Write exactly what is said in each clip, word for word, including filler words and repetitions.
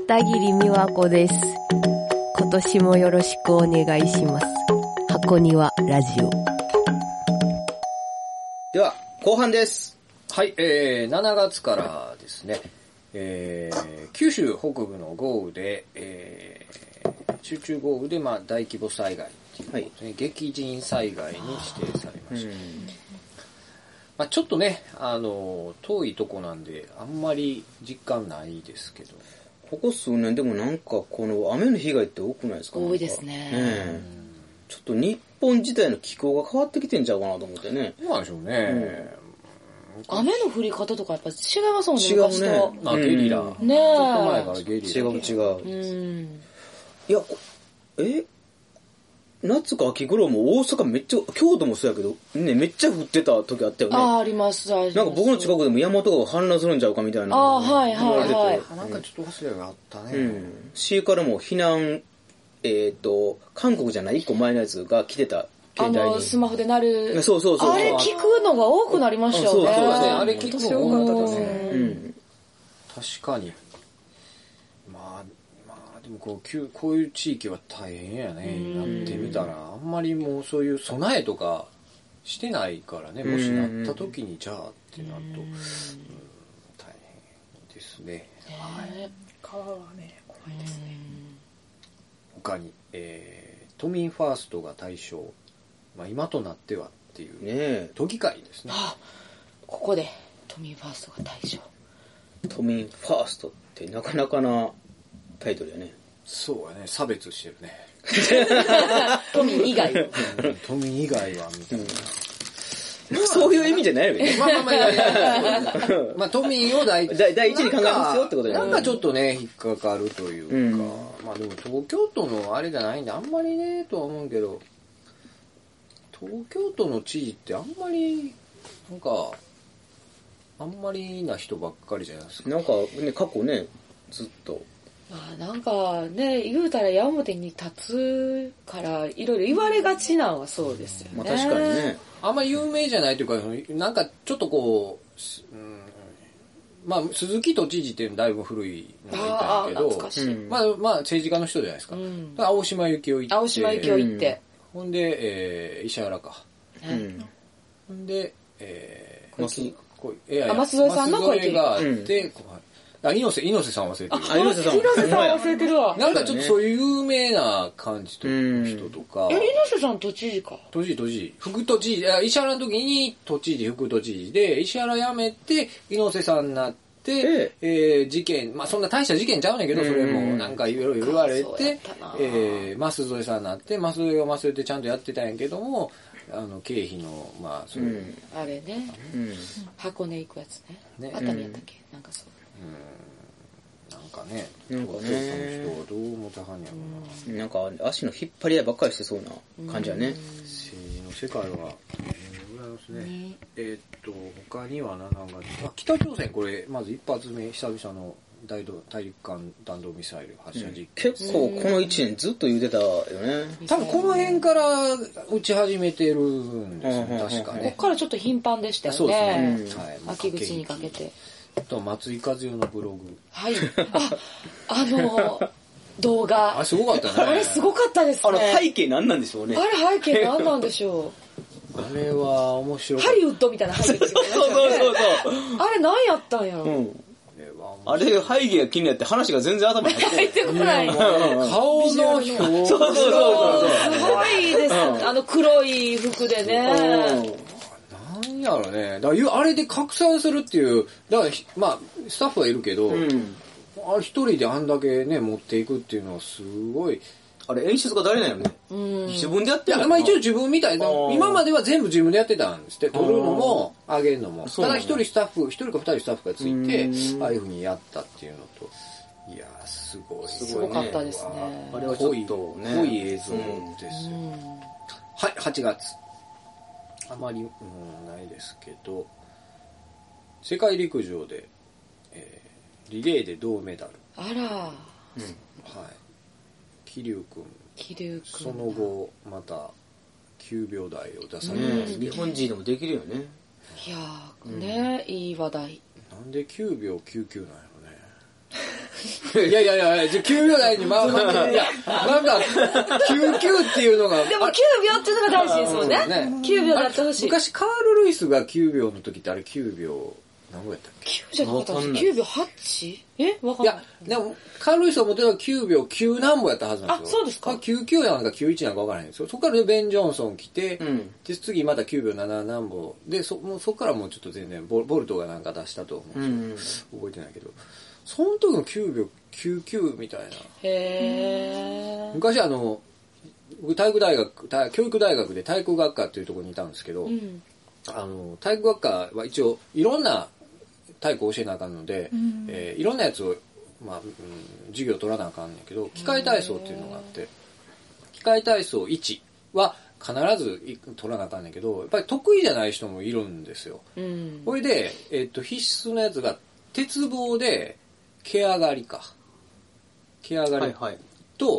片桐美和子です。今年もよろしくお願いします。箱庭ラジオ。 では後半です。 はい、えー、しちがつからですね、えー、九州北部の豪雨で、えー、集中豪雨で、まあ、大規模災害っていうことで、ね、はい、激甚災害に指定されました。まあ、ちょっとね、あの遠いとこなんであんまり実感ないですけど、 ここ数年でもなんかこの雨の被害って多くないですか？ 多いですね。 ね、ちょっと日本自体の気候が変わってきてんちゃうかなと思ってね。 そうなんでしょうね、 うん、雨の降り方とかやっぱ違いますもんね。 違うね。 まあ、ゲリラ、 うん、ねえ、 ちょっと前からゲリラ違う違う、 うん、 いやえ夏か秋頃も大阪めっちゃ、京都もそうやけどね、めっちゃ降ってた時あったよね。 ああ、ありますあります。 なんか僕の近くでも山とかが氾濫するんちゃうかみたいな。 ああ、はいはいはい。 なんかちょっと忘れがあったね。 うん。市からも避難、えっと、韓国じゃない一個前のやつが来てた。 あの、スマホで鳴る。 そうそうそう。 あれ聞くのが多くなりましたよね。 そうそうそう。 あれ聞くの多かったね。 うん。 確かに。まあ、でもこう、こういう地域は大変やね。なってみたら、あんまりもうそういう備えとかしてないからね。もしなった時にじゃあってなると、うん、大変ですね。はい、 川はね、怖いですね。 他に、えー、都民ファーストが対象。まあ、今となってはっていう、ね、都議会ですね。 あ、ここで都民ファーストが対象。 都民ファーストってなかなかなタイトルやね。 そうやね、差別してるね。 都民以外。 都民以外はみたいな。 うん、そういう意味じゃないよね。 まあまあまあいやいや、まあ都民を第一第一に考えますよってことだね。なんかちょっとね引っかかるというか、うん、まあでも東京都のあれじゃないんであんまりねとは思うけど、東京都の知事ってあんまりなんかあんまりな人ばっかりじゃないですか。 なんかね過去ねずっと。 まあなんかね、言うたら矢面に立つからいろいろ言われがちなんはそうですよね。 まあ確かにね。 あんまり有名じゃないというか、なんかちょっとこう、うん、まあ鈴木都知事っていうのだいぶ古いのがいたんだけど、 懐かしい、 まあまあ政治家の人じゃないですか。うん、青島幸男行って、 青島幸男行って、 ほんで、えー、石原か。 うん、 ほんで、えー、 小池こいやいや松添さんの小池があって、うんあ、猪瀬、猪瀬さん忘れてる。 あ、猪瀬さん。 猪瀬さん忘れてるわ。 なんかちょっとそういう有名な感じの人とか。 え、猪瀬さん都知事か。 都知事、都知事。副都知事、石原の時に都知事、副都知事で、石原辞めて、猪瀬さんになって、えー、事件、まあそんな大した事件ちゃうねんけど、それもなんかいろいろ言われて、えー、増添さんになって、増添が増添ってちゃんとやってたんやけども、あの、経費の、まあ、そういう、 うん。あれね。うん、箱根行くやつね。ね。熱海やったっけ、うん、なんかそう。 うん、なんかね、 なんかね、 人はどう思ったはんやろな。なんか足の引っ張り合いばっかりしてそうな感じやね。 政治の世界は、えー、ございますね。ねえー、っと他には何があ、北朝鮮これまず一発目久々の大大陸間弾道ミサイル発射実験、 うん、結構このいちねんずっと言うてたよね。 多分この辺から打ち始めてるんですよ、ね、確かね。 ここからちょっと頻繁でしたよね。 そうですね。 はい、秋口にかけて。 と松井和代のブログ。 はい。あ、あの動画。 あれすごかったね。 あれすごかったですね。 あの背景何なんでしょうね。 あれ背景何なんでしょう。あれは面白い。 ハリウッドみたいな背景ですよね。 そうそうそうそう。 あれ何やったんやろ。うん。 あれ背景が気になって話が全然頭に入ってこない。 顔の表情。 そうそうそうそう。 すごいです。あの黒い服でね。 なんやろね。だからあれで拡散するっていう、だからまあスタッフはいるけど、うん、あれ一人であんだけね持っていくっていうのはすごい。 あれ演出が誰なんやろね。うん、自分でやってるの。 いやまあ一応自分みたいな。今までは全部自分でやってたんですって。撮るのも上げるのも。ただ一人スタッフ、一人か二人スタッフがついて、ああいう風にやったっていうのと。いやーすごい。 すごかったですね。 あれはちょっとね。 濃い映像ですよ。はい、はちがつ。あまり、うん、ないですけど、世界陸上で、えー、リレーで銅メダル。 あら、うん、 はい。桐生くん。 桐生くん。 その後、またきゅうびょう台を出されます、 ね。日本人でもできるよね。 いやー、ね、うん、いい話題。 なんできゅうびょうきゅうきゅうなんやろね。 いやいやいや、じゃきゅうびょう台にまあまあ、いや、なんか、きゅうきゅうっていうのが。 でもきゅうびょうっていうのが大事ですもんね。ねきゅうびょうだってほしい。 昔カール・ルイスがきゅうびょうの時ってあれきゅうびょう、何ぼやったっけ ?きゅうじゃなかったんです。きゅうびょうはち? えわかんない。いや、 でも、カール・ルイスが持ってるのはきゅうびょうきゅう何ぼやったはずなんですよ。 あ、そうですか。 きゅうじゅうきゅうなんかきゅうじゅういちなんかわからないんですよ。そこからベン・ジョンソン来て、 うん、 で、次またきゅうびょうなな何ぼ。で、そ、もうそこからもうちょっと全然ボ、ボルトがなんか出したと思うんですよ。うん、覚えてないけど。その時のきゅうびょうきゅうじゅうきゅうみたいな。 へー。 昔あの、僕体育大学、教育大学で体育学科っていうところにいたんですけど、うん、あの、体育学科は一応いろんな体育を教えなあかんので、うん、えー、いろんなやつを、まあ、うん、授業取らなあかんねんけど、機械体操っていうのがあって、機械体操いちは必ず取らなあかんねんけど、やっぱり得意じゃない人もいるんですよ。うん、これで、えっと、必須のやつが鉄棒で毛上がりか。毛上がりと、はいはい、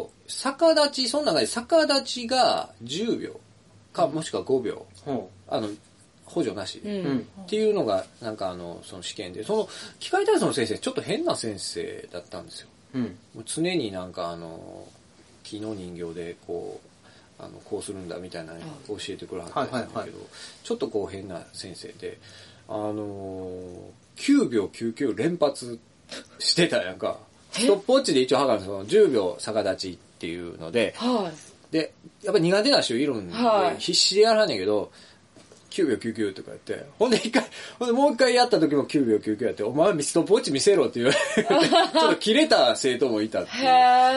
逆立ち、その中で逆立ちがじゅうびょうか、もしくはごびょう。うん、あの、補助なしで、うん、っていうのが、なんかあの、その試験で、その、機械体操の先生、ちょっと変な先生だったんですよ。うん、もう常になんかあの、木の人形で、こう、あの、こうするんだみたいなのを教えてくれはったんですけど、はいはいはい、ちょっとこう変な先生で、あの、きゅうびょうきゅうきゅう連発してたやんか。ストップウォッチで一応測るんですよ。じゅうびょう逆立ちっていうので、はい、で、やっぱ苦手な人いるんで、はい、必死でやらはんねんけど、きゅうびょうきゅうきゅうとか言って、ほんで一回、ほんでもう一回やった時もきゅうびょうきゅうきゅうやって、お前ストップウォッチ見せろって言われて、ちょっと切れた生徒もいたっていう。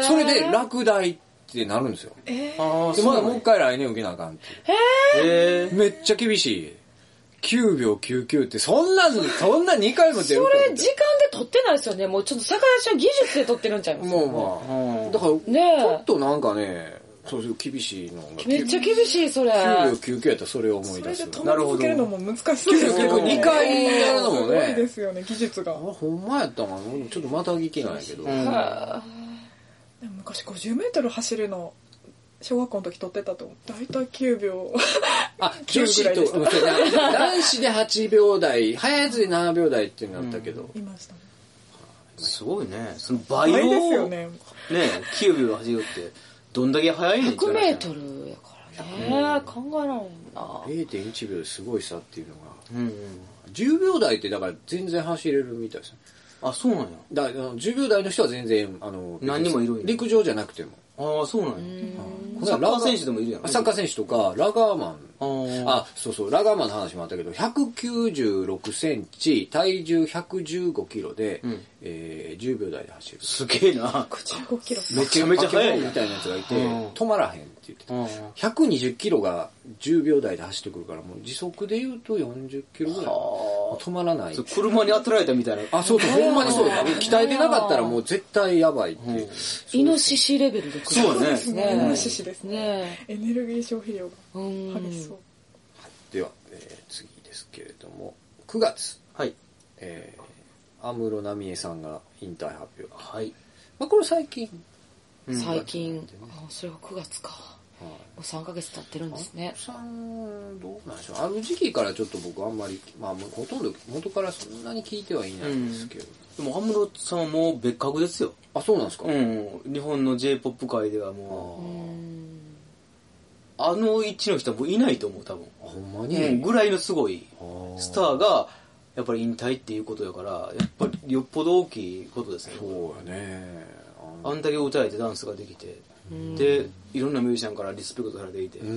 それで落第ってなるんですよ。えー、で、まだもう一回来年受けなあかんっていう。へー。めっちゃ厳しい。きゅうびょうきゅうきゅうってそんな、そんなにかいも出るかそれ時間で取ってないですよね。もうちょっと逆立ちの技術で取ってるんちゃいますか。 もうまあ。だから、ね、ちょっとなんかね、そういう厳しいのが。 めっちゃ厳しい、それ。 きゅうびょうきゅうきゅうやったらそれを思い出す。 なるほど。けるのも難しそうですけど。にかいやるのもね。 すごいですよね、技術が。 ほんまやったかな。ちょっとまた聞けないけど。うん、でも昔ごじゅうメートル走るの、小学校の時取ってたと思う。だいたいきゅうびょう。 あ、女子と、男子ではちびょう台、早いやつでななびょう台っていうのあったけど。 いましたね。 すごいね。その倍を、 ですよね。 ね、きゅうびょう走るって、どんだけ速いねん。 ひゃくメートルやからね。考えられんな。 れいてんいちびょうですごい差っていうのが。うんうん、じゅうびょう台ってだから全然走れるみたいですね。 あ、そうなんや。 だじゅうびょう台の人は全然、あの、 何人もいるんや。 陸上じゃなくても。 ああ、そうなんや。サッカー選手でもいるやん。 サッカー選手とか、ラガーマン。あ、そうそう、ラガーマンの話もあったけど、ひゃくきゅうじゅうろくセンチ、体重ひゃくじゅうごキロで、うん、えー、じゅうびょう台で走る。 すげえな。 ひゃくじゅうごキロ。 めちゃめちゃ速いみたいなやつがいて、止まらへんって言ってた。ひゃくにじゅっキロがじゅうびょう台で走ってくるから、もう時速で言うとよんじゅっキロぐらい。止まらない。 車に当てられたみたいな。 あ、そうそう、ほんまにそうだ。鍛えてなかったらもう絶対やばいっていう。 イノシシレベルで来る。そうですね。 イノシシですね。エネルギー消費量が激しそう。 では、えー、次ですけれども、くがつ。 はい。 えー、安室奈美恵さんが引退発表。 はい。 まあ、これ最近。 最近。あ、それがくがつか。もうさんかげつ経ってるんですね。 さん、どうなんでしょう。ある時期からちょっと僕あんまり、まあほとんど元からそんなに聞いてはいないんですけど。 うん、でも安室さんはもう別格ですよ。 あ、そうなんですか。 うん。日本の J-ポップ 界ではもう、あ, あの位置の人はもういないと思う、多分。 ほんまに、 うん、ぐらいのすごいスターが、やっぱり引退っていうことだから、やっぱりよっぽど大きいことですね。 そうやね。 あ, あんだけ歌えてダンスができて。で、いろんなミュージシャンからリスペクトされていて。うーん、うん、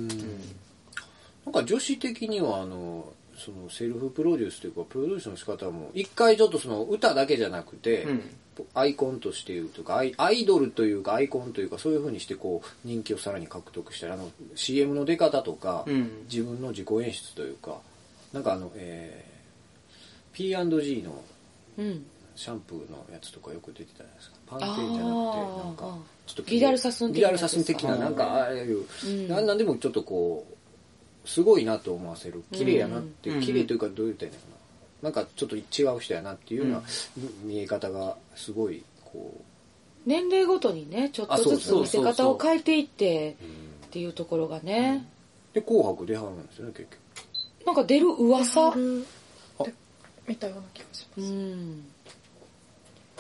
なんか女子的にはあのそのセルフプロデュースというかプロデュースの仕方も一回ちょっとその歌だけじゃなくて、うん、アイコンとしていうとかア イ, アイドルというかアイコンというかそういう風にしてこう人気をさらに獲得したりあの シーエム の出方とか、うん、自分の自己演出というかなんかあの、えー、ピーアンドジー の、うんシャンプーのやつとかよく出てたじゃないですか。パンテーンじゃなくて、なんか、ちょっとビダルサスン的な。ビダルサスン的な、なんか、ああいう、うん、なんでもちょっとこう、すごいなと思わせる。綺麗やなっていう、うん、綺麗というかどう言ったらいいのかな。なんかちょっと違う人やなっていうような見え方がすごい、こう。 年齢ごとにね、ちょっとずつ見せ方を変えていって、っていうところがね。 うん、で、紅白出はるんですよね、結局。 なんか出る噂見たような気がします。うん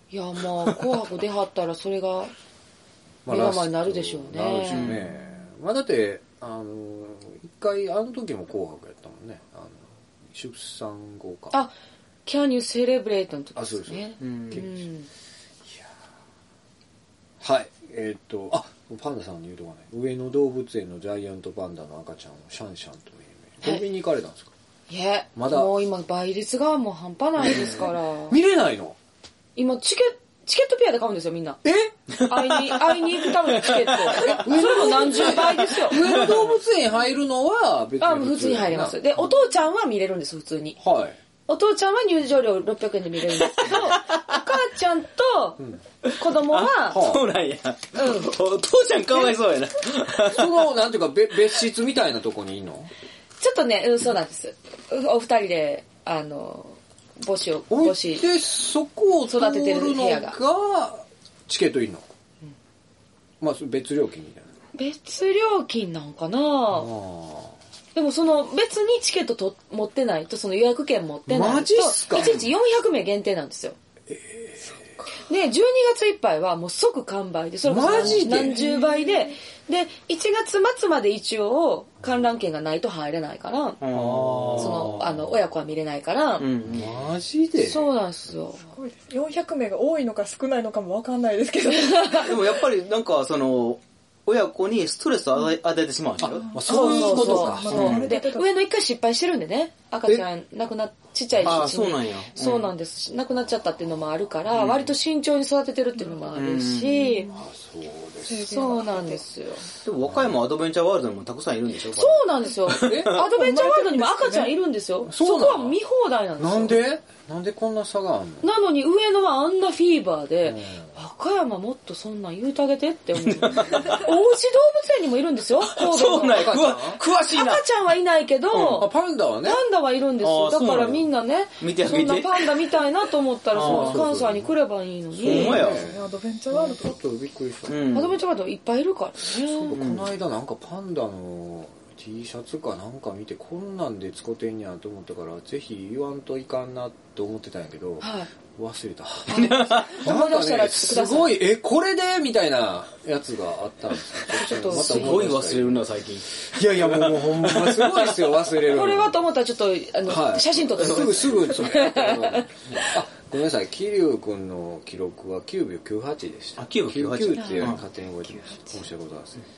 いや、まあ、紅白出はったらそれがドラマになるでしょうね。 なるでしょうね。まあだって、あの、一回、あの時も紅白やったもんね。あの出産後か。 あ、Can You Celebrate の時ですね。 あ、そうですね。 うん。 いやはい。えっ、ー、と、あ、パンダさんに言うとかね。上野動物園のジャイアントパンダの赤ちゃんをシャンシャンと命名。これ見に行かれたんですか？ いえ、 まだもう今倍率がもう半端ないですから。 見れないの？ 今チケ、チケットペアで買うんですよ、みんな。 え？ 会いに、会いに行くためのチケット。それも何十倍ですよ。 上野動物園入るのは別にあ、普通に入れます。で、お父ちゃんは見れるんです、普通に。 はい。 お父ちゃんは入場料ろっぴゃくえんで見れるんですけど、お母ちゃんと子供は、 そうなんや。 うん。 お父ちゃんかわいそうやな。 その、なんていうか、別別室みたいなとこにいんの？ ちょっとね、うん、そうなんです。お二人で、あの、母子を、母子。 で、そこを育ててるのが、チケットいいの？うん、まあ、別料金みたいな。 別料金なんかなぁ。でもその別にチケットと持ってないと、その予約券持ってないと、 マジっすか？ いちにちよんひゃくめい限定なんですよ。えー、で、じゅうにがついっぱいはもう即完売で、それこそ何、何十倍で、で、いちがつまつまで一応観覧券がないと入れないから、その、あの、親子は見れないから、うん、 マジで？ そうなんですよ。 すごいです。よんひゃくめいが多いのか少ないのかもわかんないですけど。 でもやっぱりなんかその、親子にストレスを与え、与えてしまうんだよ。 あ、そういうことか。 そうそうそう。で、上の一回失敗してるんでね。赤ちゃん亡くなっ、ちっちゃいし。 あ、そうなんや。 そうなんです。亡くなっちゃったっていうのもあるから、割と慎重に育ててるっていうのもあるし。 あ、そうです。 そうなんですよ。 でも和歌山アドベンチャーワールドにもたくさんいるんでしょ？ そうなんですよ。アドベンチャーワールドにも赤ちゃんいるんですよ。そこは見放題なんですよ。 なんで？なんでこんな差があんの？ なのに上野はあんなフィーバーで、和歌山もっとそんなん言うてあげてって思う。大内動物園にもいるんですよ。 そうなんや。詳しいな。 赤ちゃんはいないけど、 うん、パンダはね。 パンダはいるんですよ。だからみんなね、 見てあげて。 そんなパンダ見たいなと思ったら、その関西に来ればいいのに。 ほんまや。 アドベンチャーワールド。 ちょっとびっくりした。 うん、アドベンチャーワールドいっぱいいるからね。 そう、この間なんかパンダの T シャツかなんか見て、こんなんで使ってんやと思ったから、ぜひ言わんといかんなって思ってたんやけど、はい、忘れた。 思い出したらちょっとください。 すごい、え、これでみたいなやつがあったんですよ。 ちょっと、すごい忘れるな、最近。 いやいや、もうほんますごいですよ、忘れる。 これはと思ったらちょっと、あの、はい、写真撮ってすぐ、すぐ、それ。あ、ごめんなさい、桐生くんの記録はきゅうびょうきゅうはちでした。 あ、きゅうびょうきゅうはち。 きゅうって勝手に覚えてました。申し訳ございません。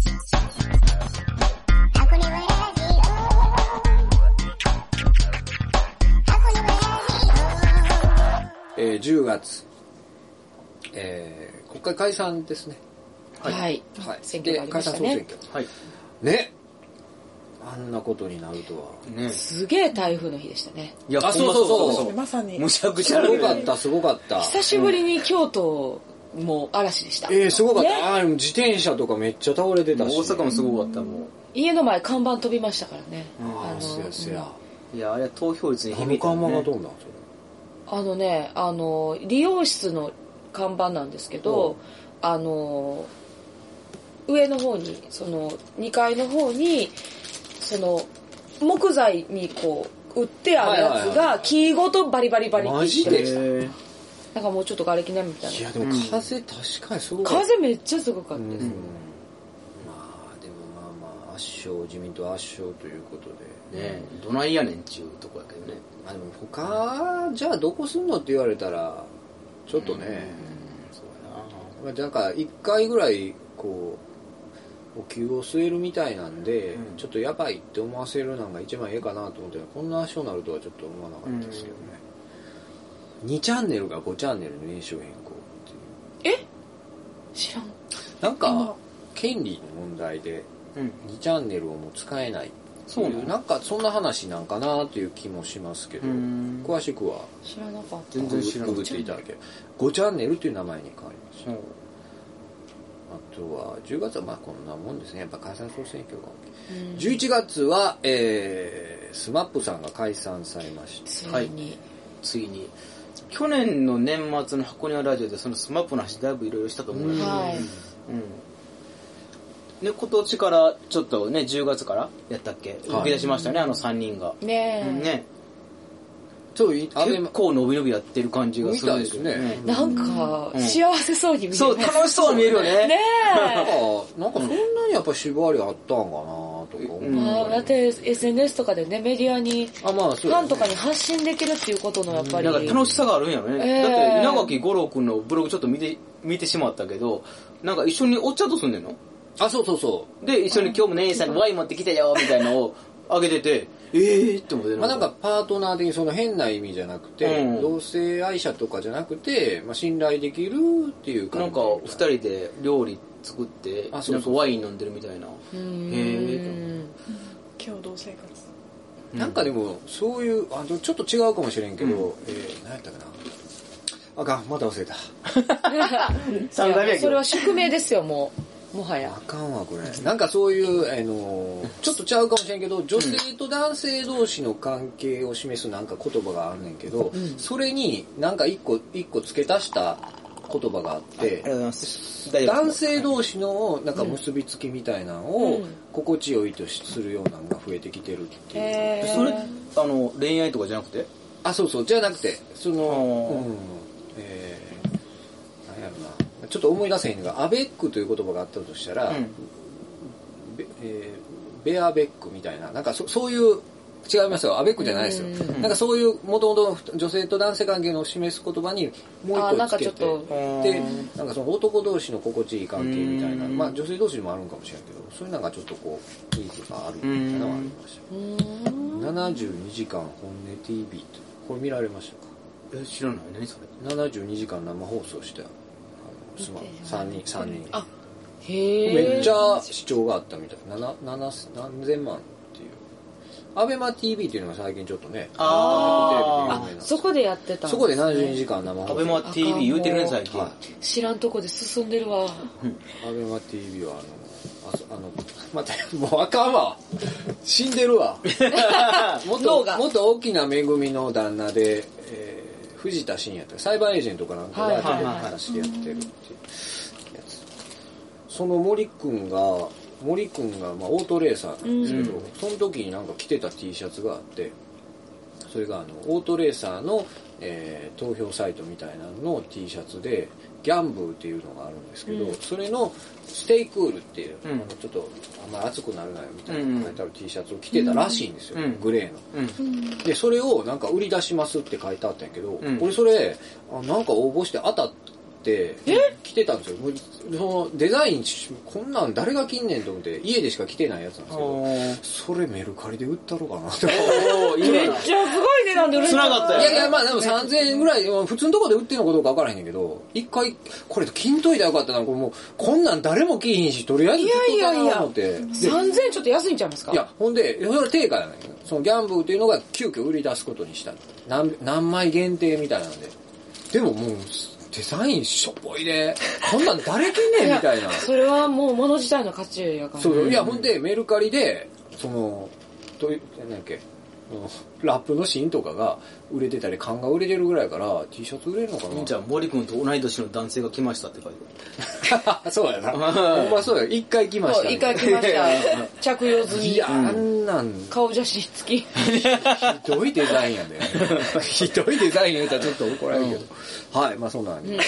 えー、じゅうがつ、えー、国会解散ですね。 はい。はい。はい、選挙がありましたね。 解散総選挙。はい。ね。あんなことになるとは。 ね。 すげえ台風の日でしたね。 いや、 あ、そうそうそうそう。 まさに。 むしゃくちゃすごかった、すごかった。 久しぶりに京都も嵐でした。 えー、すごかった。ね、あ自転車とかめっちゃ倒れてたし。 大阪もすごかった、もう。 家の前看板飛びましたからね。 ああ、そうやそうや。 いや、あれは投票率に響いた、ね。看板が飛んだんそれ。 あのね、あの、理容室の看板なんですけど、あの、上の方に、その、にかいの方に、その、木材にこう、売ってあるやつが、木ごとバリバリバリっていってました。なんかもうちょっと瓦礫並みみたいな。 いや、でも風、確かにすごかった。 風めっちゃすごかったです。 まあ、でもまあまあ、圧勝、自民党圧勝ということで。 ねえ、どないやねんちゅうとこやけどね。 まあでも他、じゃあどこすんのって言われたら、ちょっとね、うん、そうやな。なんか、一回ぐらい、こう、お灸を据えるみたいなんで、うん、ちょっとやばいって思わせるのが一番ええかなと思って、こんな圧勝になるとはちょっと思わなかったですけどね。うん、にチャンネルがごチャンネルに年少変更っていう。 え知らん。 なんか、権利の問題で、にチャンネルをもう使えない。そういう、なんかそんな話なんかなっていう気もしますけど、詳しくは知らなかった。 全然知らなくていただけ。ごチャンネルっていう名前に変わりました。あとは、じゅうがつはまあこんなもんですね。やっぱ解散総選挙が。じゅういちがつは、えー、スマップさんが解散されました。 ついに。 はい、ついに。去年の年末の箱庭ラジオでそのスマップの話だいぶいろいろしたと思うんですけど、はい、うんで、今年からちょっとね、じゅうがつからやったっけ、動き出しましたね、あのさんにんが。 ねえ。 ねそうい結構伸び伸びやってる感じがするんですけどね。 なんか、幸せそうに見える。 そう、楽しそうに見えるよね。 ねえ。なんかそんなにやっぱ縛りあったんかなとか思う。 え。まあ、だって エスエヌエス とかでね、メディアに、 あ、まあそう、 ファンとかに発信できるっていうことのやっぱり。 なんか楽しさがあるんやろね。 えー、 だって稲垣吾郎くんのブログちょっと見て、見てしまったけど、なんか一緒にお茶とすんねんの？ あ、そうそうそう。 で、一緒に今日も姉さんワイン持ってきたよ、みたいなのをあげてて、えーって思って。 まあなんかパートナー的にその変な意味じゃなくて、うん、同性愛者とかじゃなくて、まあ信頼できるっていう感じ。 なんか二人で料理作って、あ、そうそうそう、なんかワイン飲んでるみたいな。へー。共同生活。 なんかでも、そういう、あの、ちょっと違うかもしれんけど、うん、えー、何やったかな。あかん、また忘れた。 さんかいめやけど。 それは宿命ですよ、もう。もはや。 あかんわ、これ。なんかそういう、あの、ちょっとちゃうかもしれんけど、女性と男性同士の関係を示すなんか言葉があんねんけど、うん、それになんか一個、一個付け足した言葉があって、男性同士のなんか結びつきみたいなのを心地よいとするようなのが増えてきてるっていう。 それ、あの、恋愛とかじゃなくて？ あ、そうそう、じゃなくて、その、うん、えー、なんやろな。ちょっと思い出せへんのが、アベックという言葉があったとしたら、うん、ベ, えー、ベアベックみたいな、なんか そ, そういう、違いますよ、アベックじゃないですよ。なんかそういう、もともと女性と男性関係の示す言葉にもう一個つけて、で、なんかその男同士の心地いい関係みたいな、まあ女性同士にもあるんかもしれないけど、そういうのがちょっとこう、いいとかあるみたいなのがありました。ななじゅうにじかん本音 ティービー って、これ見られましたか？ え、知らない。何それ？ ななじゅうにじかん生放送して、すまん、さんにん、さんにん。 あ、へー。 めっちゃ視聴があったみたいな。なな、な何千万っていう。アベマ ティービー っていうのが最近ちょっとね、 ああ、そこでやってたんですね。 そこでななじゅうにじかん生放送。 アベマ ティービー 言うてるね、最近。 知らんとこで進んでるわ。アベマ ティービー はあの、あの、待って、もうあかんわ。死んでるわ。もっと、もっと大きな恵みの旦那で、えー、藤田信也ってサイバーエージェントかなんかで話でやってるっていうやつ。その森くんが、森くんがまあオートレーサーなんですけど、うん、その時になんか着てた T シャツがあって、それがあのオートレーサーの、えー、投票サイトみたいなのの T シャツで、ギャンブーっていうのがあるんですけど、うん、それのステイクールっていう、うん、あのちょっとあんまり熱くなるなよみたいな書いてある T シャツを着てたらしいんですよ、うん、グレーの、うん、でそれをなんか売り出しますって書いてあったんやけど、うん、俺それあなんか応募して当たって着てたんですよ。そのデザインこんなん誰が着んねんと思って家でしか着てないやつなんですけど、それメルカリで売ったろうかなってめっちゃすごい値段で売れてなかったよ。 いやいやまあでもさんぜんえんぐらい普通のところで売ってるのかどうか分からへんねんけど、一回これ着んといたらよかったな、これもうこんなん誰も着ひんしとりあえず着とかなと思って。いやいやいやさんぜんえんちょっと安いんちゃいますか。 いやほんでそれ定価じゃないけど、そのギャンブーっていうのが急遽売り出すことにした。 何, 何枚限定みたいなんで、でももうデザインしょぼいで、こんなん誰着んねんみたいな。 それはもう物自体の価値やから、ね。 そう、いやほんでメルカリでそのとなんだっけラップの芯とかが売れてたり缶が売れてるぐらいやから T シャツ売れるのかな。 じゃあ森君と同い年の男性が来ましたって書いてある。そうやな。ほんまそうや。一回来ました、ね。 一回来ました。着用済み。 いや、あんなん。顔写真付き。ひどいデザインやで。ひどいデザイン言うたらちょっと怒られるけど。うん、はい、まあそうなんで。はい。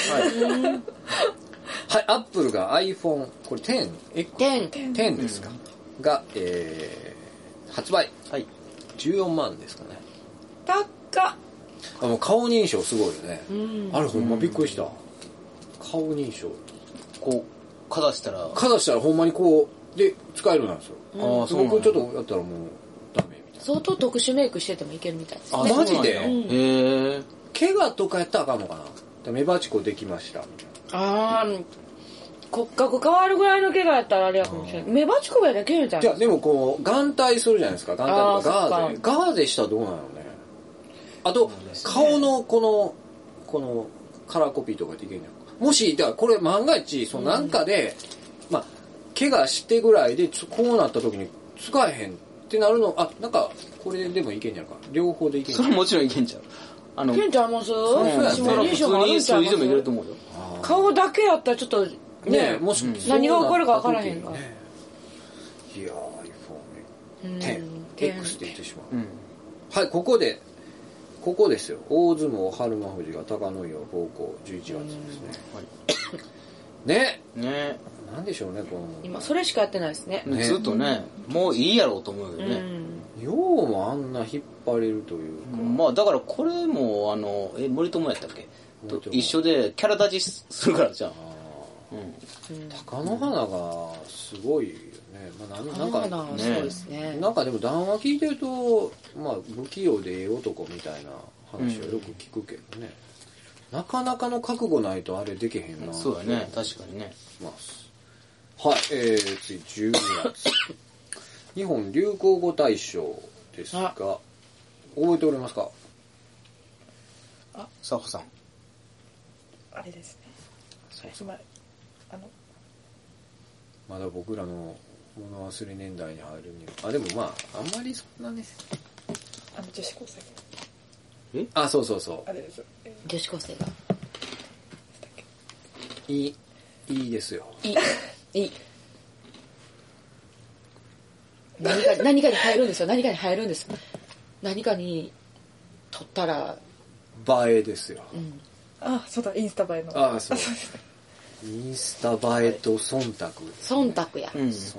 はい、アップルが iPhone、これ テン、 テン、 テンですか、うん、が、えー、発売。はい。じゅうよんまんですかね。 高っ。 あの顔認証すごいよね。うん、あれほんまびっくりした。顔認証。 こう、かざしたら。 かざしたらほんまにこう、で、使えるなんですよ。うん、ああ、そう。僕ちょっとやったらもう、ダメみたいな。 相当特殊メイクしててもいけるみたいですね。 あ、マジで、うん、 へえ。 怪我とかやったらあかんのかな。メバチコできました。みたいな。 ああ、骨格変わるぐらいの怪我やったらあれやかもしれない。メバチコやできるじゃん。 じゃあでもこう眼帯するじゃないですか。眼帯とかガーゼ。ガーゼしたらどうなのね。あと、ね、顔のこのこのカラーコピーとかできるんじゃん。もしだからこれ万が一そのなんかで、うん、まあ怪我してぐらいでこうなった時に使えへんってなるの、あなんかこれでもいけんじゃんか。両方でいけんじゃん。 それもちろんいけんじゃん。 あのいけんちゃいます？ そうやったら普通に数字でもいけると思うよ。 顔だけやったらちょっとね、もし、うん、何が起こるか分からへんから、ね、 いやー iPhone テンエックス って言ってしまう、うん、はいここでここですよ。大相撲春馬富士が高野岩高校じゅういちがつですね。ねねなんでしょうね、この。 今それしかやってないですね。 ねずっとね、もういいやろうと思うようね。 ん。 ようもあんな引っ張れるというか。 まあだからこれも、あの、え、森友やったっけと森友一緒でキャラ立ちするからじゃん。 あうん。 ー鷹の花がすごいよね。まあ、なんなんか、 ねそうですね。 なんかでも談話聞いてると、まあ不器用でええ男みたいな話はよく聞くけどね。うん、なかなかの覚悟ないとあれできへんな。 そうだね、確かにね。 まあ、はい、えー、次じゅうにがつ。日本流行語大賞ですが、覚えておりますか？ サホさん。 あれですね。つまり、あの、 まだ僕らの物忘れ年代に入るには。あ、でもまあ、あんまりそんなね。 あの女子高生。 あ、そうそうそあれです。えー女子高生が。 う。いい、いいですよ。 いい。いい。何か、何かに入るんですよ。何かに入るんです。何かに取ったら、 映えですよ。 うん。 あ、そうだ、インスタ映えの。 あそうそうですね。 インスタ映えと忖度。 忖度や。 うん。 忖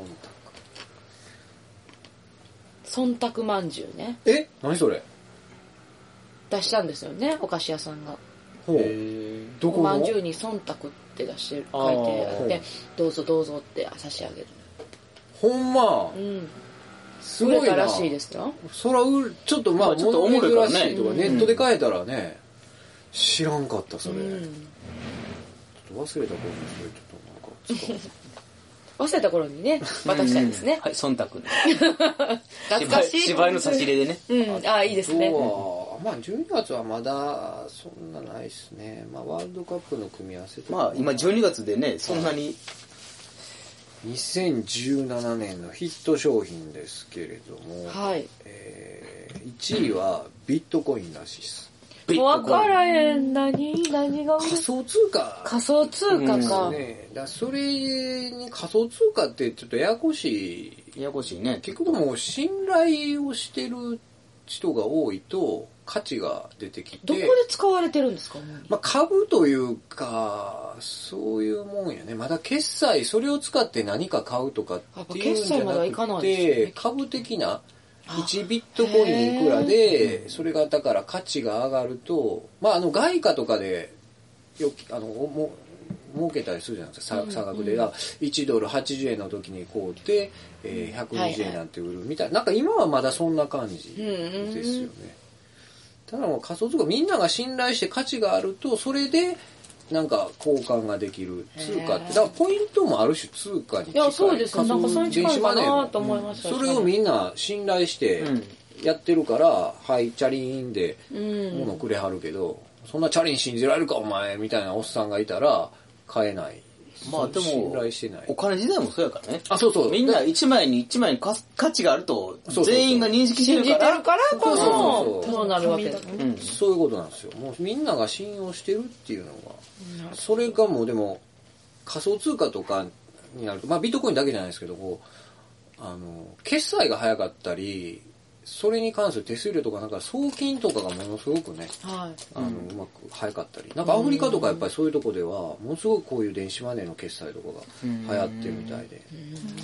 忖度まんじゅうね。 度。え何それ？ 出したんですよね、お菓子屋さんが。 ほう。 へどこのおまんじゅうに忖度って出してる、 あー書いてあって、どうぞどうぞって差し上げる。 ほんまう。ん。 すごいな。 売れたらしいですよ。 そらう、ちょっとまあ、 まあちょっとおもろいからね珍しいとか、ネットで買えたらね、知らんかった、それ。 うん。 ちょっと忘れた頃にそれちょっとなんか使う、 忘れた頃にね、渡したいですね。 はい、忖度。 懐かしい。 芝居の差し入れでね。 うん、ああ、いいですね。 そうはまあじゅうにがつはまだそんなないですね。まあワールドカップの組み合わせとか。 まあ今じゅうにがつでね、そんなに。 にせんじゅうななねんのヒット商品ですけれども、 はい。 えー、いちいはビットコインらしいです。 わからへん。何何が売れ仮想通貨仮想通貨か。 ね。だそれに仮想通貨ってちょっとややこしい。 ややこしいね。 結局もう信頼をしてる人が多いと価値が出てきて。 どこで使われてるんですか？ まあ株というか、そういうもんやね。まだ決済、それを使って何か買うとかっていうんじゃなくやっぱ決済まではいかないですよて、 ね株的ないちビットコインいくらで、それがだから価値が上がると、まああの外貨とかでよく、あの、も儲けたりするじゃないですか、差額で。いちドルはちじゅうえんの時に買うて、えー、ひゃくにじゅうえんなんて売るみたいな。なんか今はまだそんな感じですよね。ただもう仮想通貨、みんなが信頼して価値があると、それで、なんか交換ができる通貨って、だからポイントもある種通貨に近い。 いや、そうですね。なんかそれに近いかなと思いました。 それをみんな信頼してやってるから、はい、チャリーンで物くれはるけど、そんなチャリン信じられるかお前みたいなおっさんがいたら買えない。 まあでも、 信頼してない。 お金自体もそうやからね。 あ、そうそう。 みんないちまいにいちまいに価値があると、全員が認識してるから。 信じてるからこそ、 そうそうなるわけですね。 うん、 そういうことなんですよ。もうみんなが信用してるっていうのが、それがもうでも仮想通貨とかになると、まあビットコインだけじゃないですけど、こう、あの、決済が早かったり、それに関する手数料とかなんか送金とかがものすごくね、 はい、 あの、うまく早かったり。なんかアフリカとかやっぱりそういうとこでは、ものすごくこういう電子マネーの決済とかが流行ってるみたいで。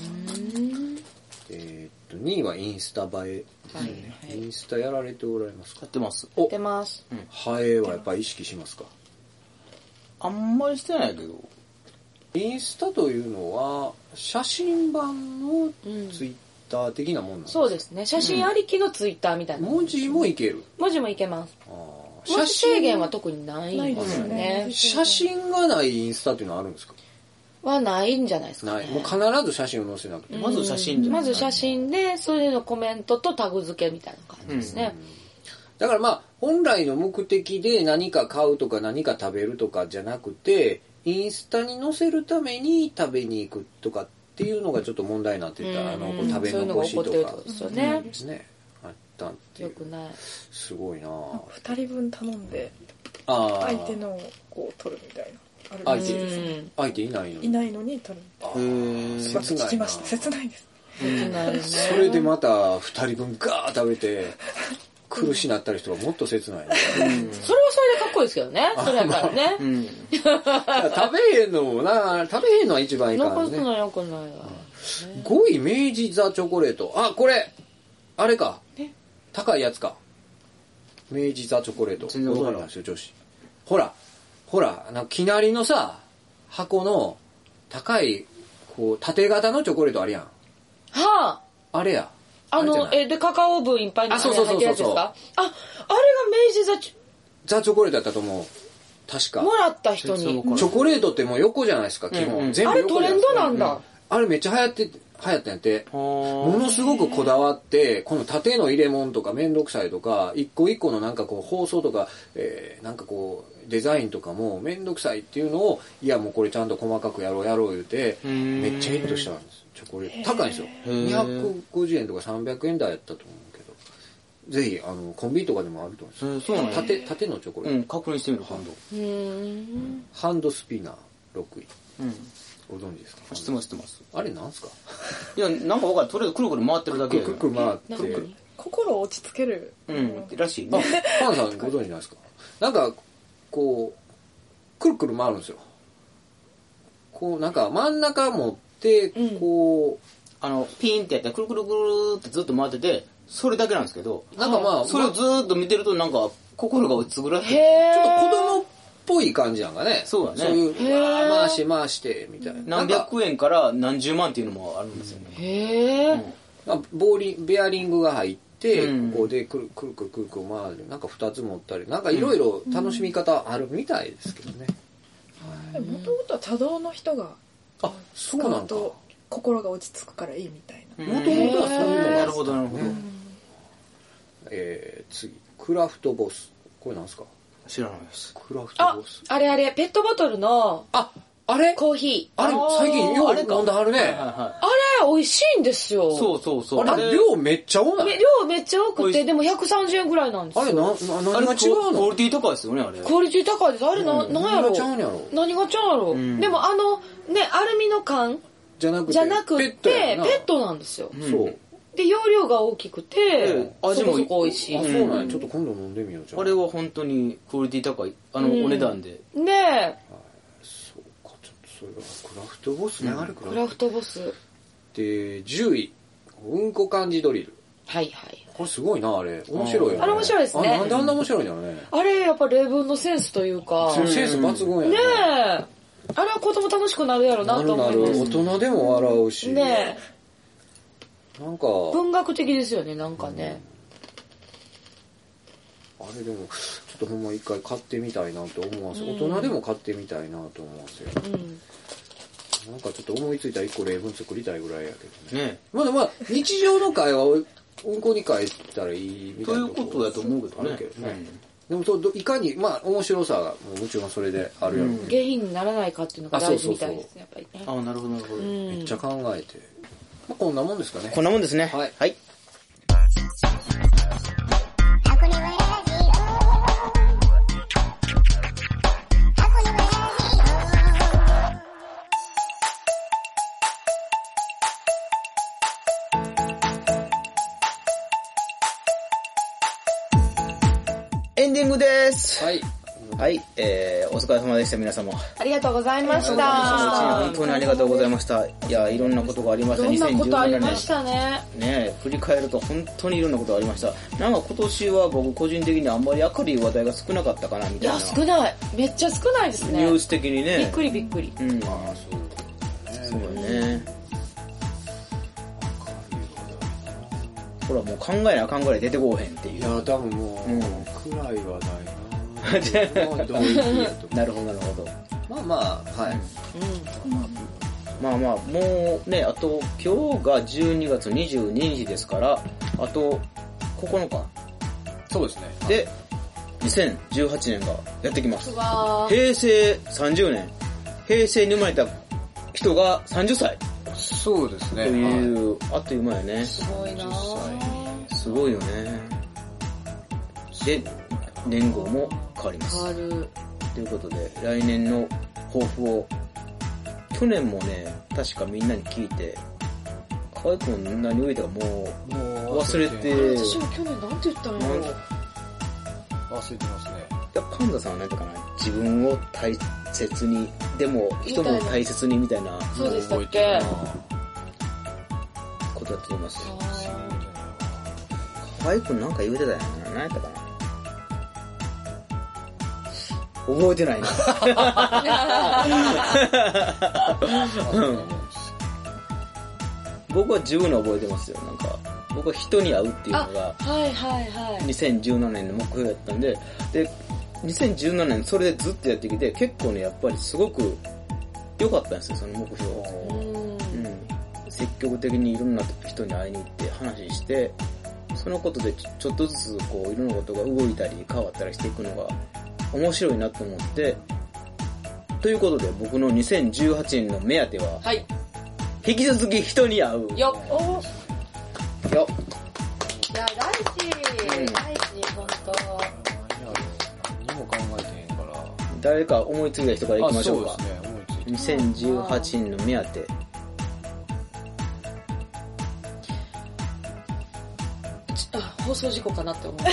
えー、っと、にいはインスタ映えですよね、はいはい。インスタやられておられますか？ やってます。 やってます。 映えはやっぱり意識しますか？ あんまりしてないけど。 インスタというのは、写真版のツイッター的なもんなんですか？ そうですね。写真ありきのツイッターみたいな、 うん。文字もいける？ 文字もいけます。 あ文字制限は特にないんですよね。 写真がないインスタっていうのはあるんですか？ はないんじゃないですか、ね。 ない。もう必ず写真を載せなくて。 まず写真で。 まず写真で、それのコメントとタグ付けみたいな感じですね。 うん、だからまあ、本来の目的で何か買うとか何か食べるとかじゃなくて、インスタに載せるために食べに行くとかっていうのがちょっと問題になってた。うん、あの、食べ残しとか。そういうのが起こってるってことですよね。ですね。あったっていう。 よくない。 すごいなぁ。 二人分頼んで、相手のをこう取るみたいな。 相手、相手いないのにいないのに取る。 あー、切ないな。 聞きました。切ないです。 切ないね。 それでまた二人分ガー食べて、 苦しなったり人がもっと切ない、ねうん、それはそれでかっこいいですけどね。それやったらね。うん、 食べへんのもな、食べへんのは一番いいからね。 残すのはよくないわ。 ごい、明治ザチョコレート。あ、これあれか。高いやつか。明治ザチョコレート。 全然わからないですよ、女子。ほら、ほら、あの、きなりのさ、箱の高い、こう、縦型のチョコレートあるやん。 はあ。あれや。 あの、え、で、カカオ分いっぱいに入ってるやつですか？あ、あれが明治ザチョ、 ザチョコレートやったと思う。確か。 もらった人に。 チョコレートってもう横じゃないですか、基本。 うんうん、 全部あれトレンドなんだ。 うん、あれめっちゃ流行って、流行ったんやって。ものすごくこだわって、この縦の入れ物とかめんどくさいとか、一個一個のなんかこう包装とか、えー、なんかこう、デザインとかもめんどくさいっていうのを、いやもうこれちゃんと細かくやろうやろう言うて、めっちゃヒットしたんです。チョコレート。高いんですよ。にひゃくごじゅうえんとかさんびゃくえん台やったと思うけど。ぜひ、あの、コンビニとかでもあると思うんですよ。そうなん縦、縦のチョコレート。 うん、確認してみる、ハンド。 ハンドスピナーろくい。 うん。 ご存知ですか？ 知ってます知ってます。 あれなんすか？ いや、なんかわかる。とりあえずくるくる回ってるだけ。 くるくる回って。 心を落ち着ける。 うん、らしいね。 あ、パンさんご存知ないですか？なんか、こう、くるくる回るんですよ。こう、なんか真ん中持って、こう、うん、 あの、ピーンってやって、くるくるくるってずっと回ってて、それだけなんですけど、 なんかまあ、 それをずーっと見てるとなんか、心が落ち着くらしい。 ちょっと子供っぽい感じなんかね。 そうだね。 そういう、回し回して、みたいな。 何百円から何十万っていうのもあるんですよね。 へー。 うん、ボーリン、ベアリングが入って、うん、ここでくるくるくるくるくる回る。なんか二つ持ったり、なんかいろいろ楽しみ方あるみたいですけどね。 もともとは茶道の人が、 あ、そうなんだ。 心が落ち着くからいいみたいな。 もともとはそういうのが。 なるほど、なるほど。 えー、次。クラフトボス。これなんですか？ 知らないです。 クラフトボス。 あ、あれあれ、ペットボトルの、 あ、あれコーヒー。あれ、最近よく飲んではるね。 あれ、美味しいんですよ。 そうそうそう。 あれ、量めっちゃ多い。 量めっちゃ多くて、でもひゃくさんじゅうえんぐらいなんですよ。 あれ、な、な、何が違うの？ クオリティ高いですよね、あれ。 クオリティ高いです。あれ、な、なんやろ。 何がちゃうんやろ。 何がちゃうんやろ。でも、あの、ね、アルミの缶じゃなくて、 じゃなくて、ペットなんですよ。 そう。 で、容量が大きくて、味もそこ美味しい。 あ、そうなんや。ちょっと今度飲んでみようじゃん。 あれは本当にクオリティ高い、あの、お値段で。 ねえ。 そうか、ちょっとそれはクラフトボスね、あれクラフトボス。 で、じゅうい、うんこ漢字ドリル。 はいはい。 これすごいな、あれ。面白いよね。 あれ面白いですね。 なんであんな面白いんだろうね。 あれ、やっぱ例文のセンスというか。 センス抜群やね。 ねえ。あれは子供楽しくなるやろなと思います。 なるなる。大人でも笑うし。 ねえ。 なんか文学的ですよね、なんかね、 うん、あれでもちょっとほんま一回買ってみたいなと思います、うん、大人でも買ってみたいなと思いますよ、うん、なんかちょっと思いついたら一個例文作りたいぐらいやけどね、ね、まだまあ日常の会話をうんこに変えたらいいみたいなということだと思うけどね、 けどね、うん、でもいかにまあ面白さがもちろんそれであるやろう、ね、うん、 下品にならないかっていうのが大事みたいですね、やっぱりね。 ああ、なるほどなるほど、 めっちゃ考えて、まあ、こんなもんですかね。 こんなもんですね。 はい。 はい。エンディングです。 はい。 はい、えー、お疲れ様でした、皆様。 ありがとうございました。 本当にありがとうございました。いや、いろんなことがありました。 いろんなことありましたね。 ね、振り返ると本当にいろんなことがありました。なんか今年は僕個人的にあんまり明るい話題が少なかったかなみたいな。 いや、少ない。めっちゃ少ないですね。 ニュース的にね。 びっくりびっくり。 うん。まあ、そう。そうね。ほら、もう考えなあかんぐらい出てこうへんっていう。 いや、多分もう、うん、暗い話題な。 なるほどなるほど。 まあまあ、はい。 うん、まあまあ、もうね、あと今日がじゅうにがつにじゅうににちですから、あとここのか。 そうですね。 で、にせんじゅうはちねんがやってきます。平成さんじゅうねん。平成に生まれた人がさんじゅっさい。 そうですね。 という、はい、あっという間やね。 すごいなぁ。 すごいよね。で、年号も変わります。 変わる。 ということで、来年の抱負を、去年もね、確かみんなに聞いて、 河合くん何を言うたかもう、もう忘れて。 私も去年なんて言ったのよ。 忘れてますね。 いや、パンダさんは何とかな、自分を大切に、でも人も大切にみたいな。 そうでしたっけことだと思います。河合くんなんか言うてたやんな。何やったかな。覚えてないな。僕は十分に覚えてますよ。なんか僕は人に会うっていうのがはいはいはいにせんじゅうななねんの目標だったんで、でにせんじゅうななねんそれでずっとやってきて結構ねやっぱりすごく良かったんですよその目標。うん、積極的にいろんな人に会いに行って話して、そのことでちょっとずつこういろんなことが動いたり変わったりしていくのが面白いなと思って、ということで僕のにせんじゅうはちねんの目当ては、 はい、 引き続き人に会う。 よっおよっ。 いや大事、うん、大事本当。 何も考えてへんから。 誰か思いついた人から行きましょうか。 そうですね、思いついた。 にせんじゅうはちねんの目当て。 放送事故かなって思う。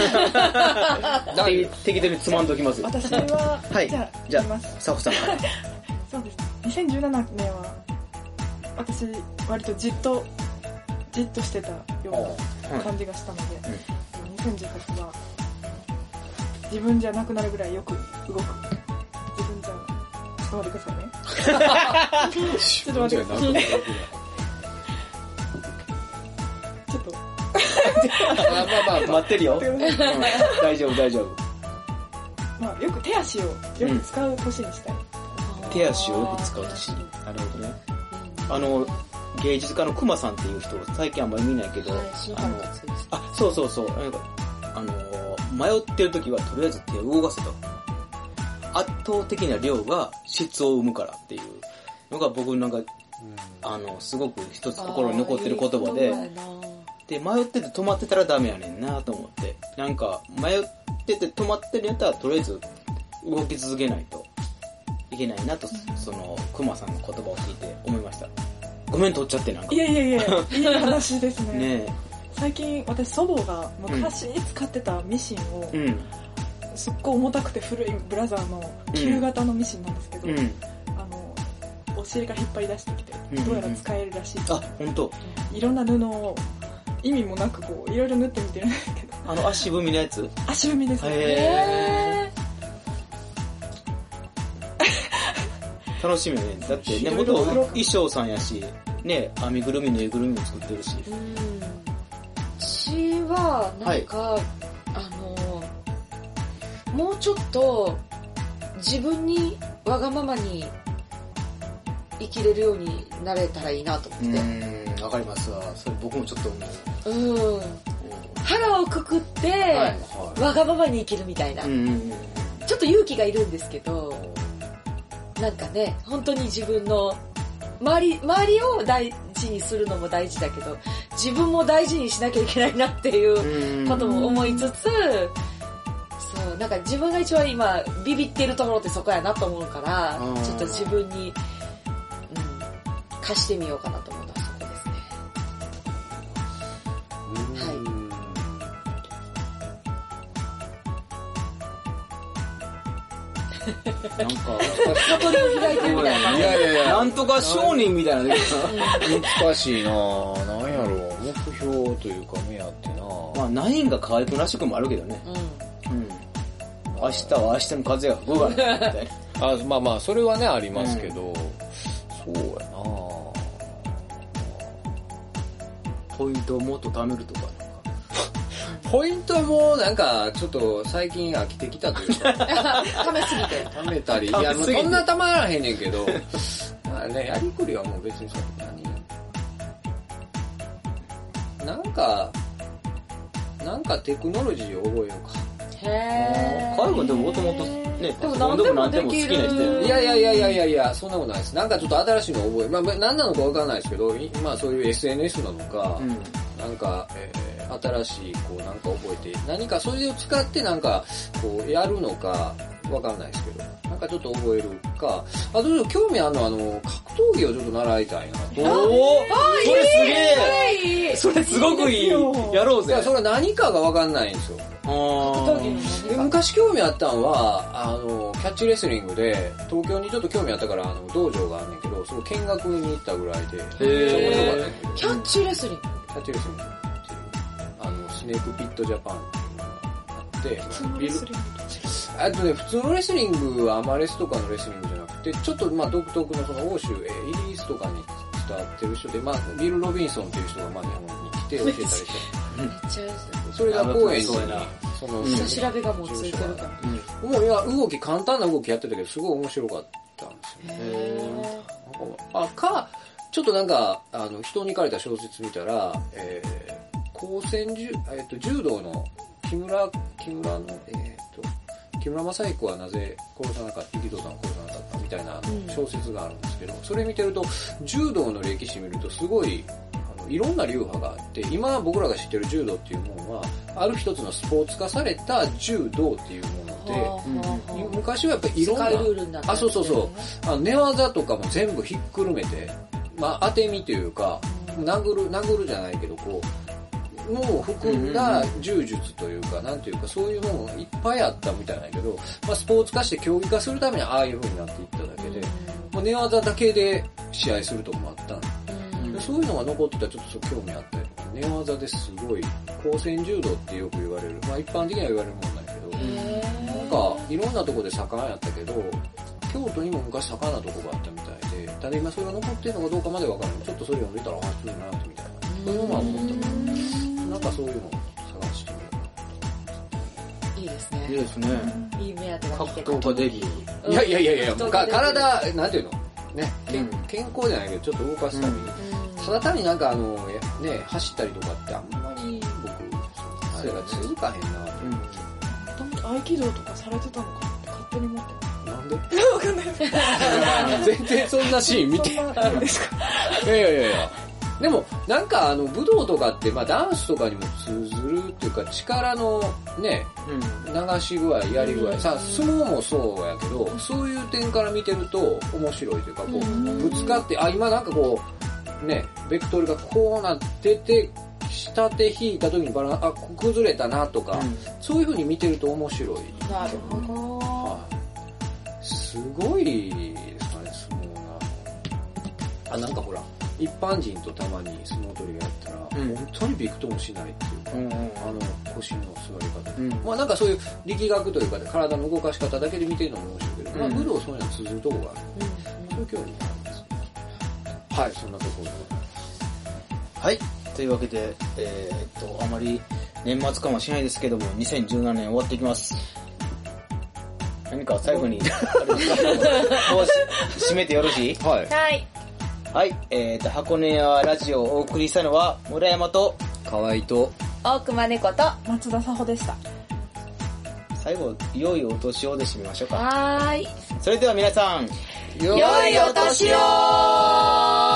適当につまんどきますよ。 私は、 はい、 じゃあ、 じゃいきます。 あ、サホさん。 そうです。にせんじゅうななねんは、私、割とじっと、じっとしてたような感じがしたので、うん、にせんじゅうはちは、自分じゃなくなるぐらいよく動く。自分じゃ、ちょっと待ってくださいね。ちょっと待ってください。ちょっと。 まあまあまあ、待ってるよ。うん、大丈夫大丈夫。 まあよく手足をよく使う年にしたい。 うん、手足をよく使う年。なるほどね。あの芸術家の熊さんっていう人最近あんまり見ないけど、はい、あのあそうそうそうなんかあの迷ってる時はとりあえず手を動かせと。圧倒的な量が質を生むからっていうのが僕なんか、うん、あのすごく一つ心に残ってる言葉で。で、迷ってて止まってたらダメやねんなと思って。なんか、迷ってて止まってるんやったら、とりあえず動き続けないといけないなと、その、熊さんの言葉を聞いて思いました。ごめん、取っちゃってなんか。 いやいやいや、いい話ですね。 ねえ。 最近、私、祖母が昔使ってたミシンを、うん、すっごい重たくて古いブラザーの旧型のミシンなんですけど、うん、あの、お尻が引っ張り出してきて、どうやら使えるらしいです、ね。 あ、ほんと。 いろんな布を、意味もなくこういろいろ縫ってみてるんですけど、 あの足踏みのやつ、 足踏みですね。 へー楽しみね。だってね、元衣装さんやしね、編みぐるみぬいぐるみも作ってるし。うん、 私はなんか、はい、あのもうちょっと自分にわがままに生きれるようになれたらいいなと思って。 うん、わかりますわ。それ僕もちょっと思う。 うん。腹をくくって、はいはい、わがままに生きるみたいな、うんうんうん。ちょっと勇気がいるんですけど、なんかね、本当に自分の周り、周りを大事にするのも大事だけど、自分も大事にしなきゃいけないなっていうことも思いつつ、そう、なんか自分が一番今ビビってるところってそこやなと思うから、ちょっと自分に、貸してみようかなと思うのはそこですね。はい。 なんか悟りを開いてるみたいな。 いやいやいや。 なんとか商人みたいな。 難しいなぁ。なんやろう。目標というか目当てなぁ。 まあナインが可愛くらしくもあるけどね。うん。うん。明日は明日の風が吹くがね。みたいな。あ、まあまあそれはねありますけど、うん、そうやなぁ。 ポイントをもっと貯めるとか。 ポイントもなんかちょっと最近飽きてきたというか貯めすぎて貯めたりいやもうそんな貯まらへんねんけどまあねやりくりはもう別にそんなになんかなんかテクノロジーを覚えようかへー。カイ君でももともとね、 でも何でもできる。 いやいやいやいやいやいや、そんなことないです。なんかちょっと新しいのを覚え、まあ何なのかわからないですけど、まあそういう エスエヌエス なのか、うん、 なんか、えー、新しい、こう、なんか覚えて、何かそれを使ってなんか、こう、やるのか、わかんないですけど、なんかちょっと覚えるか、あとちょっと興味あるのは、あの、格闘技をちょっと習いたいなと。 おおそれすげえそれすごくいいやろうぜ。 いや、それは何かがわかんないんですよ。 格闘技の何か昔興味あったのは、あの、キャッチレスリングで、東京にちょっと興味あったから、あの、道場があんねんけど、その見学に行ったぐらいで、 へーキャッチレスリングキャッチレスリングっていう、あの、スネークピットジャパンっていうのがあって、ビル、あとね、普通のレスリングはアマレスとかのレスリングじゃなくて、ちょっとまあ独特のその欧州、えー、イギリスとかに伝わってる人で、まあ、ビル・ロビンソンっていう人がまあ日本に来て教えたりして、 めっちゃやそれが公演に、その、 下調べがもうついてるから。 うん、もういや、動き、簡単な動きやってたけど、すごい面白かったんですよね。 へーあ、か、ちょっとなんか、あの、人に書かれた小説見たら、えー、高専柔、えっと、柔道の木村、木村の、えー、っと、木村正彦はなぜ殺さなかった、力道山を殺さなかったみたいな小説があるんですけど、それ見てると、柔道の歴史見るとすごい、いろんな流派があって、今僕らが知ってる柔道っていうものは、ある一つのスポーツ化された柔道っていうもので、 ーうん、昔はやっぱりいろんな、 世界ルールになってるあ、そうそうそう、あの寝技とかも全部ひっくるめて、まあ当て身というか、殴る、殴るじゃないけど、こう、もう含んだ柔術というか、なんていうか、そういうものがいっぱいあったみたいなんやけど、まあスポーツ化して競技化するためにああいう風になっていっただけで、もう寝技だけで試合するとこもあったんで、そういうのが残ってたらちょっと興味あったりとか、寝技ですごい、高専柔道ってよく言われる、まあ一般的には言われるもんなんだけど、なんかいろんなとこで盛んやったけど、京都にも昔盛んなとこがあったみたいで、ただ今それが残ってるのかどうかまでわからない。ちょっとそれ読んでたら、あ、そういうのなってみたいな。そういうのは思ったから、なんかそういうのを探してみよう。 いいですね。 いいですね。 いい目当てが見格てた。 闘家デビュー。 いやいやいやいや、 うんか体、なんていうのね、健うん健康じゃないけど、ちょっと動かすために。ただ単になんかあの、ね、走ったりとかってあんまり僕、それが続かへんなと思って。 合気道とかされてたのかなって勝手に思ってます。 なんでわかんないです。 全然そんなシーン見て。 そんなあるんですか。 いやいやいやいや。でも、なんかあの、武道とかって、まあダンスとかにも通ずるっていうか、力のね、流し具合、やり具合、さ、相撲もそうやけど、そういう点から見てると面白いというか、こう、ぶつかって、あ、今なんかこう、ね、ベクトルがこうなってて、下手引いた時にバラン、あ、崩れたなとか、うん、そういう風に見てると面白い。 なるほど。 はい。すごいですかね、相撲が。あ、なんかほら、一般人とたまに相撲取りがやったら、うん、本当にびくともしないっていうか、うんうん、あの腰の座り方、うん、まあなんかそういう力学というか、体の動かし方だけで見てるのも面白いけど、うん、まあ武道そういうの通ずるとこがある、うん、そういう興味がありますね。はい、そんなところでございます。 はい、というわけで、えー、っと、あまり年末かもしれないですけども、にせんじゅうななねん終わっていきます。何か最後に、あれですかもう締めてよろしい？ はい。 はい。 はい、えーと、箱根屋ラジオをお送りしたのは、村山と、 河合と、 大熊猫と、 松田佐穂でした。 最後、良いお年をで締めましょうか。 はーい。 それでは皆さん、 良いお年を。